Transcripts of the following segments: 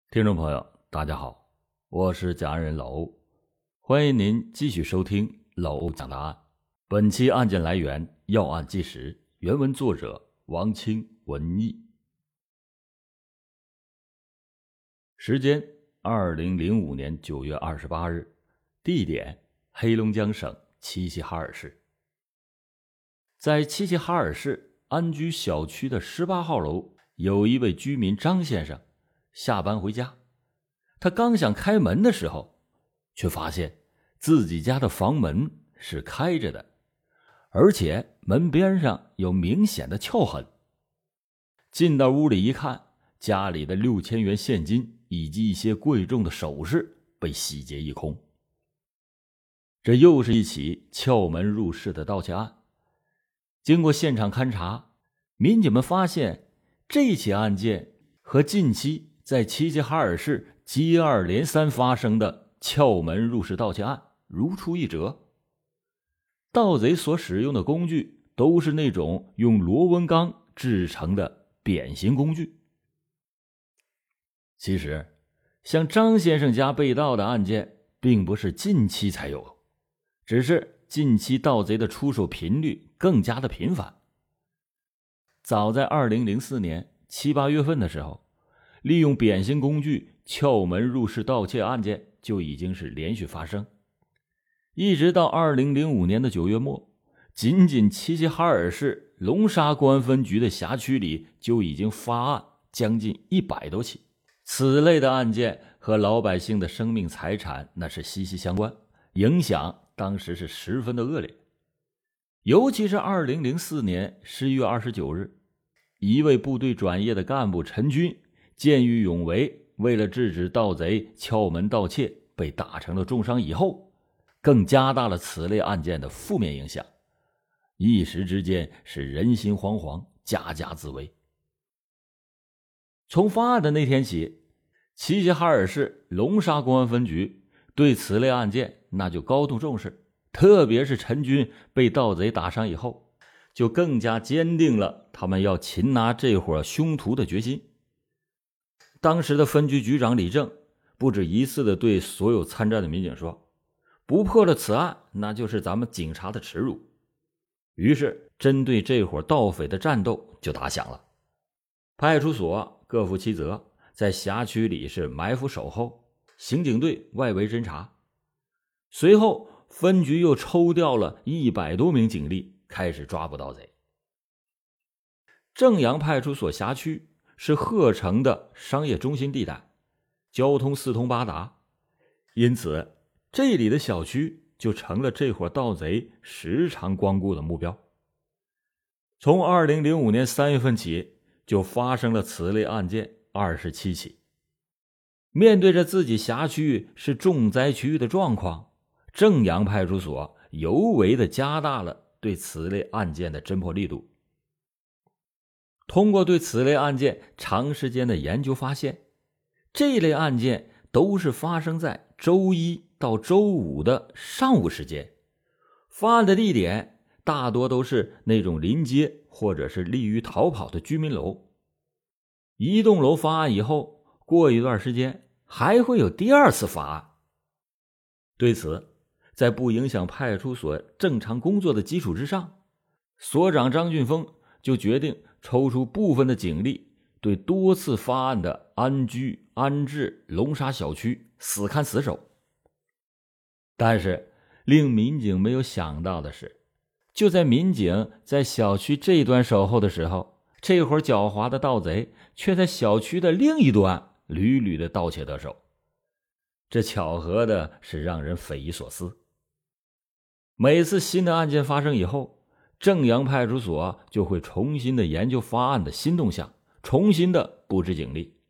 听众朋友大家好，我是讲案人老欧，欢迎您继续收听老欧讲答案。本期案件来源要案纪实，原文作者王清文艺，时间2005年9月28日，地点黑龙江省齐齐哈尔市。在齐齐哈尔市安居小区的18号楼，有一位居民张先生下班回家，他刚想开门的时候，却发现自己家的房门是开着的，而且门边上有明显的撬痕。进到屋里一看，家里的6000元现金以及一些贵重的首饰被洗劫一空。这又是一起撬门入室的盗窃案。经过现场勘查，民警们发现这起案件和近期在齐齐哈尔市接二连三发生的撬门入室盗窃案如出一辙。盗贼所使用的工具都是那种用螺纹钢制成的扁形工具。其实像张先生家被盗的案件并不是近期才有，只是近期盗贼的出手频率更加的频繁。早在2004年7、8月份的时候，利用扁形工具撬门入室盗窃案件就已经是连续发生。一直到2005年的9月末，仅仅齐齐哈尔市龙沙公安分局的辖区里就已经发案将近100多起。此类的案件和老百姓的生命财产那是息息相关，影响当时是十分的恶劣。尤其是2004年11月29日，一位部队转业的干部陈军见义勇为，为了制止盗贼撬门盗窃被打成了重伤以后，更加大了此类案件的负面影响，一时之间是人心惶惶，家家自危。从发案的那天起，齐齐哈尔市龙沙公安分局对此类案件那就高度重视，特别是陈军被盗贼打伤以后，就更加坚定了他们要擒拿这伙凶徒的决心。当时的分局局长李正不止一次地对所有参战的民警说，不破了此案，那就是咱们警察的耻辱。于是针对这伙盗匪的战斗就打响了。派出所各负其责，在辖区里是埋伏守候，刑警队外围侦查。随后分局又抽调了100多名警力开始抓捕盗贼。正阳派出所辖区是鹤城的商业中心地带，交通四通八达，因此这里的小区就成了这伙盗贼时常光顾的目标。从2005年3月份起，就发生了此类案件27起。面对着自己辖区是重灾区域的状况，正阳派出所尤为的加大了对此类案件的侦破力度。通过对此类案件长时间的研究发现，这类案件都是发生在周一到周五的上午时间，发案的地点大多都是那种临街或者是利于逃跑的居民楼。一栋楼发案以后，过一段时间还会有第二次发案。对此，在不影响派出所正常工作的基础之上，所长张俊峰就决定抽出部分的警力，对多次发案的安居、安置、龙沙小区死看死守。但是令民警没有想到的是，就在民警在小区这端守候的时候，这伙狡猾的盗贼却在小区的另一端屡屡的盗窃得手。这巧合的是让人匪夷所思。每次新的案件发生以后，正阳派出所就会重新的研究发案的新动向，重新的布置警力。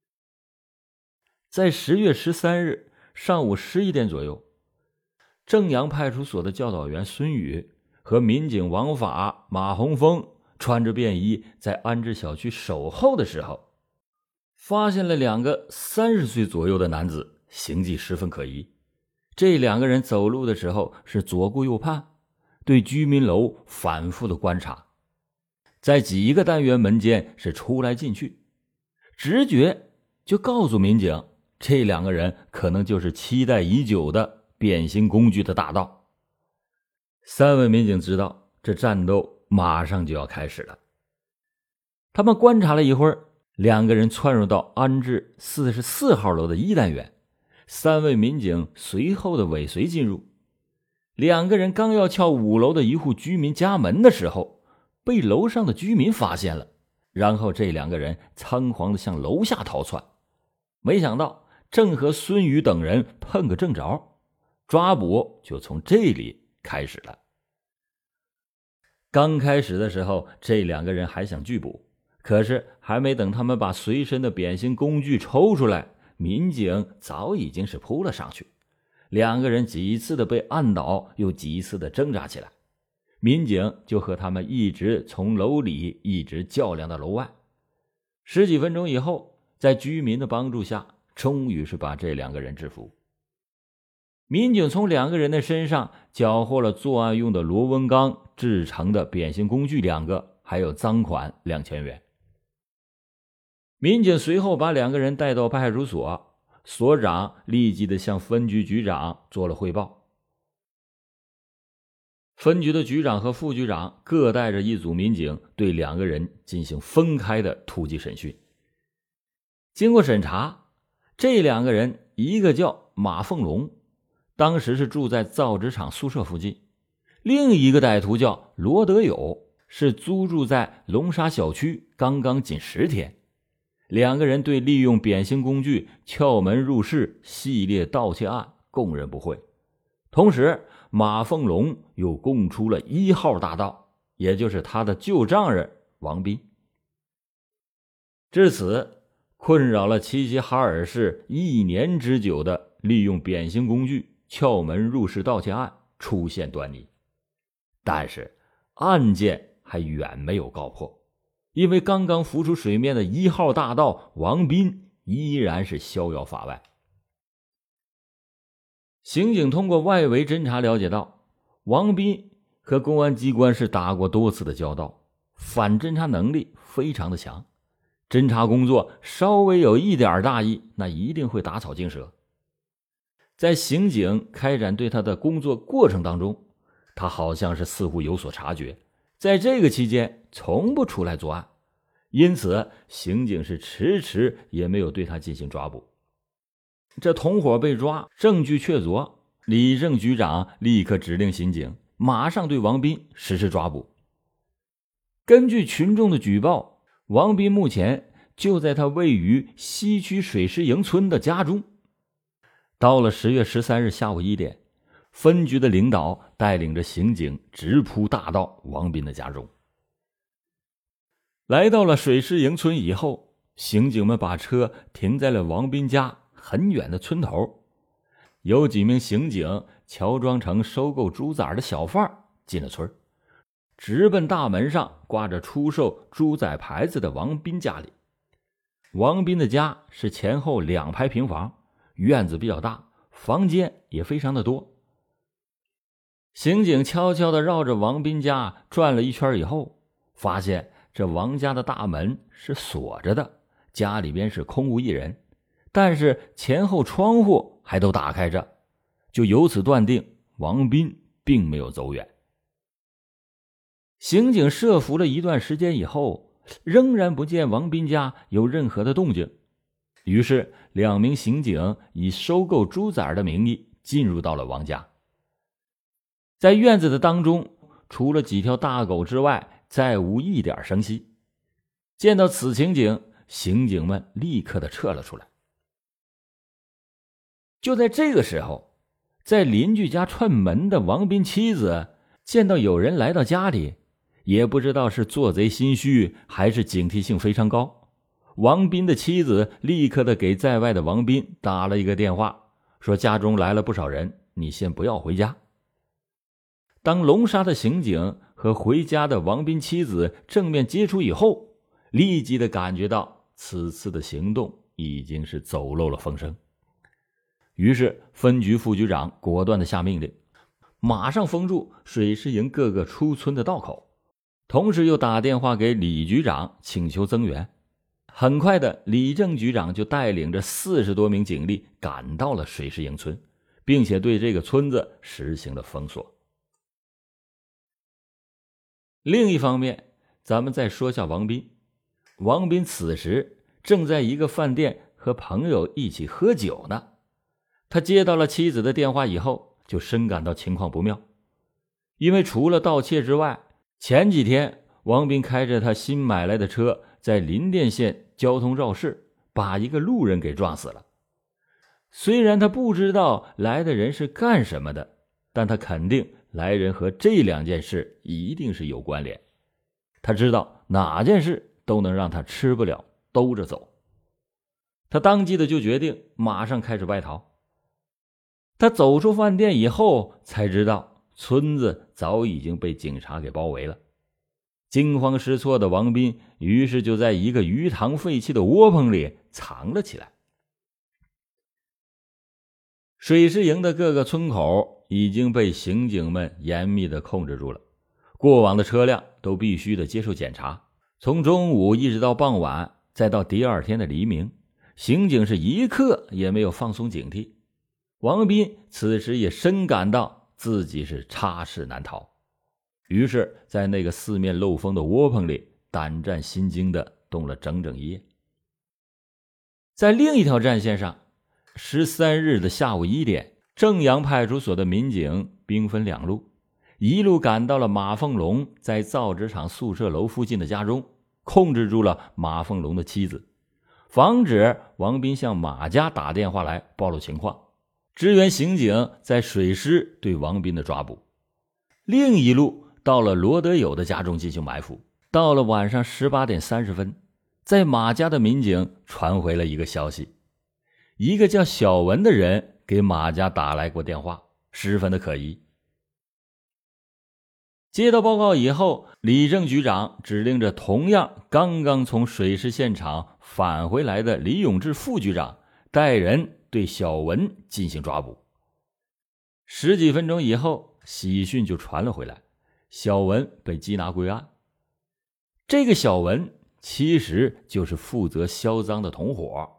在10月13日上午11点左右，正阳派出所的教导员孙宇和民警王法、马洪峰穿着便衣在安置小区守候的时候，发现了2个30岁左右的男子，形迹十分可疑。这2个人走路的时候是左顾右盼，对居民楼反复的观察，在几个单元门间是出来进去，直觉就告诉民警，这两个人可能就是期待已久的变形工具的大盗。3位民警知道这战斗马上就要开始了。他们观察了一会儿，两个人窜入到安置44号楼的1单元，3位民警随后的尾随进入。两个人刚要撬5楼的一户居民家门的时候，被楼上的居民发现了，然后这两个人仓皇的向楼下逃窜。没想到正和孙宇等人碰个正着，抓捕就从这里开始了。刚开始的时候，这两个人还想拒捕，可是还没等他们把随身的变形工具抽出来，民警早已经是扑了上去。两个人几次的被按倒，又几次的挣扎起来，民警就和他们一直从楼里一直较量到楼外。10几分钟以后，在居民的帮助下，终于是把这两个人制服。民警从两个人的身上缴获了作案用的螺纹钢制成的变形工具2个，还有赃款2000元。民警随后把两个人带到派出所，所长立即的向分局局长做了汇报。分局的局长和副局长各带着一组民警对两个人进行分开的突击审讯。经过审查，这两个人一个叫马凤龙，当时是住在造纸厂宿舍附近；另一个歹徒叫罗德友，是租住在龙沙小区刚刚仅10天。两个人对利用变形工具撬门入室系列盗窃案供认不讳。同时，马凤龙又供出了1号大盗，也就是他的旧丈人王斌。至此，困扰了齐齐哈尔市1年之久的利用变形工具撬门入室盗窃案出现端倪。但是案件还远没有告破，因为刚刚浮出水面的1号大盗王斌依然是逍遥法外。刑警通过外围侦查了解到，王斌和公安机关是打过多次的交道，反侦查能力非常的强，侦查工作稍微有一点大意，那一定会打草惊蛇。在刑警开展对他的工作过程当中，他好像是似乎有所察觉，在这个期间从不出来作案，因此刑警是迟迟也没有对他进行抓捕。这同伙被抓，证据确凿，李正局长立刻指令刑警马上对王斌实施抓捕。根据群众的举报，王斌目前就在他位于西区水师营村的家中。到了10月13日下午1点，分局的领导带领着刑警直扑大盗王斌的家中。来到了水师营村以后，刑警们把车停在了王斌家很远的村头。有几名刑警乔装成收购猪崽的小贩进了村，直奔大门上挂着出售猪仔牌子的王斌家里。王斌的家是前后2排平房，院子比较大，房间也非常的多。刑警悄悄地绕着王斌家转了一圈以后，发现这王家的大门是锁着的，家里边是空无一人，但是前后窗户还都打开着，就由此断定王斌并没有走远。刑警设伏了一段时间以后，仍然不见王斌家有任何的动静，于是2名刑警以收购猪崽的名义进入到了王家。在院子的当中，除了几条大狗之外，再无一点声息。见到此情景，刑警们立刻的撤了出来。就在这个时候，在邻居家串门的王斌妻子见到有人来到家里，也不知道是做贼心虚还是警惕性非常高，王斌的妻子立刻的给在外的王斌打了一个电话，说家中来了不少人，你先不要回家。当龙沙的刑警和回家的王斌妻子正面接触以后，立即的感觉到此次的行动已经是走漏了风声。于是分局副局长果断的下命令，马上封住水师营各个出村的道口，同时又打电话给李局长请求增援。 很快的，李正局长就带领着40多名警力赶到了水师营村，并且对这个村子实行了封锁。另一方面，咱们再说下王斌。王斌此时正在一个饭店和朋友一起喝酒呢。他接到了妻子的电话以后，就深感到情况不妙。因为除了盗窃之外，前几天王斌开着他新买来的车，在林甸县交通肇事，把一个路人给撞死了。虽然他不知道来的人是干什么的，但他肯定来人和这2件事一定是有关联。他知道哪件事都能让他吃不了兜着走。他当即的就决定马上开始外逃。他走出饭店以后，才知道村子早已经被警察给包围了。惊慌失措的王斌于是就在一个鱼塘废弃的窝棚里藏了起来。水师营的各个村口已经被刑警们严密的控制住了，过往的车辆都必须的接受检查，从中午一直到傍晚，再到第2天的黎明，刑警是一刻也没有放松警惕。王斌此时也深感到自己是插翅难逃，于是在那个四面漏风的窝棚里胆战心惊的冻了整整一夜。在另一条战线上，13日的下午1点，正阳派出所的民警兵分2路，一路赶到了马凤龙在造纸厂宿舍楼附近的家中，控制住了马凤龙的妻子，防止王斌向马家打电话来暴露情况，支援刑警在水师对王斌的抓捕。另一路到了罗德友的家中进行埋伏。到了晚上18点30分，在马家的民警传回了一个消息，一个叫小文的人给马家打来过电话，十分的可疑。接到报告以后，李正局长指令着同样刚刚从水师现场返回来的李永志副局长带人对小文进行抓捕。10几分钟以后，喜讯就传了回来，小文被缉拿归案。这个小文其实就是负责销赃的同伙。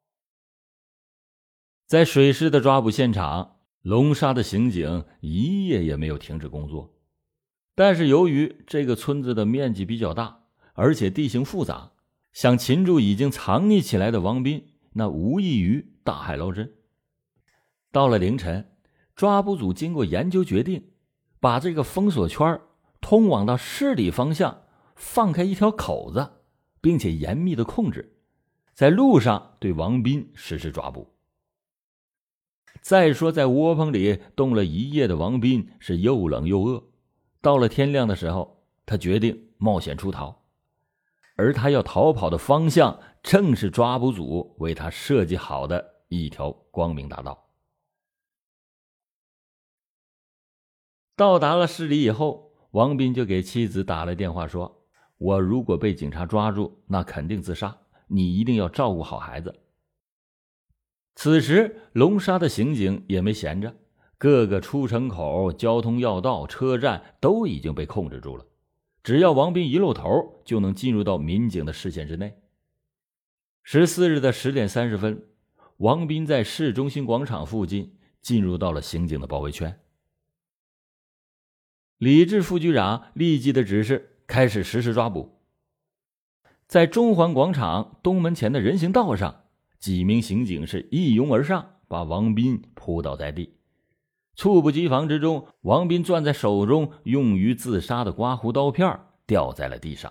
在水师的抓捕现场，龙沙的刑警一夜也没有停止工作。但是由于这个村子的面积比较大，而且地形复杂，想擒住已经藏匿起来的王斌，那无异于大海捞针。到了凌晨，抓捕组经过研究决定，把这个封锁圈通往到市里方向放开一条口子，并且严密的控制，在路上对王斌实施抓捕。再说在窝棚里冻了一夜的王斌是又冷又饿，到了天亮的时候，他决定冒险出逃，而他要逃跑的方向正是抓捕组为他设计好的一条光明大道。到达了市里以后，王斌就给妻子打了电话说，我如果被警察抓住，那肯定自杀，你一定要照顾好孩子。此时龙沙的刑警也没闲着，各个出城口、交通要道、车站都已经被控制住了，只要王斌一露头，就能进入到民警的视线之内。14日的10点30分，王斌在市中心广场附近进入到了刑警的包围圈。李志副局长立即的指示开始实施抓捕。在中环广场东门前的人行道上，几名刑警是一拥而上，把王斌扑倒在地。猝不及防之中，王斌攥在手中用于自杀的刮胡刀片掉在了地上。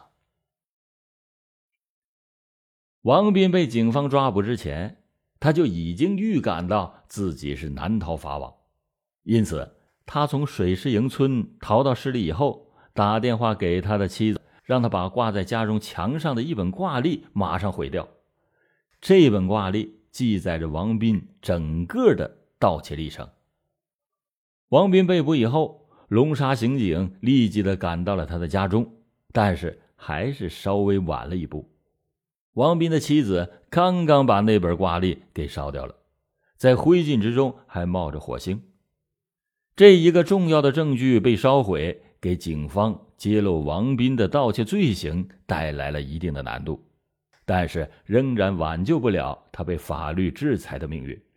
王斌被警方抓捕之前，他就已经预感到自己是难逃法网，因此他从水师营村逃到市里以后，打电话给他的妻子，让他把挂在家中墙上的一本挂历马上毁掉。这本挂历记载着王斌整个的盗窃历程。王斌被捕以后，龙沙刑警立即的赶到了他的家中，但是还是稍微晚了一步。王斌的妻子刚刚把那本挂历给烧掉了，在灰烬之中还冒着火星。这一个重要的证据被烧毁，给警方揭露王斌的盗窃罪行带来了一定的难度。 但是仍然挽救不了他被法律制裁的命运。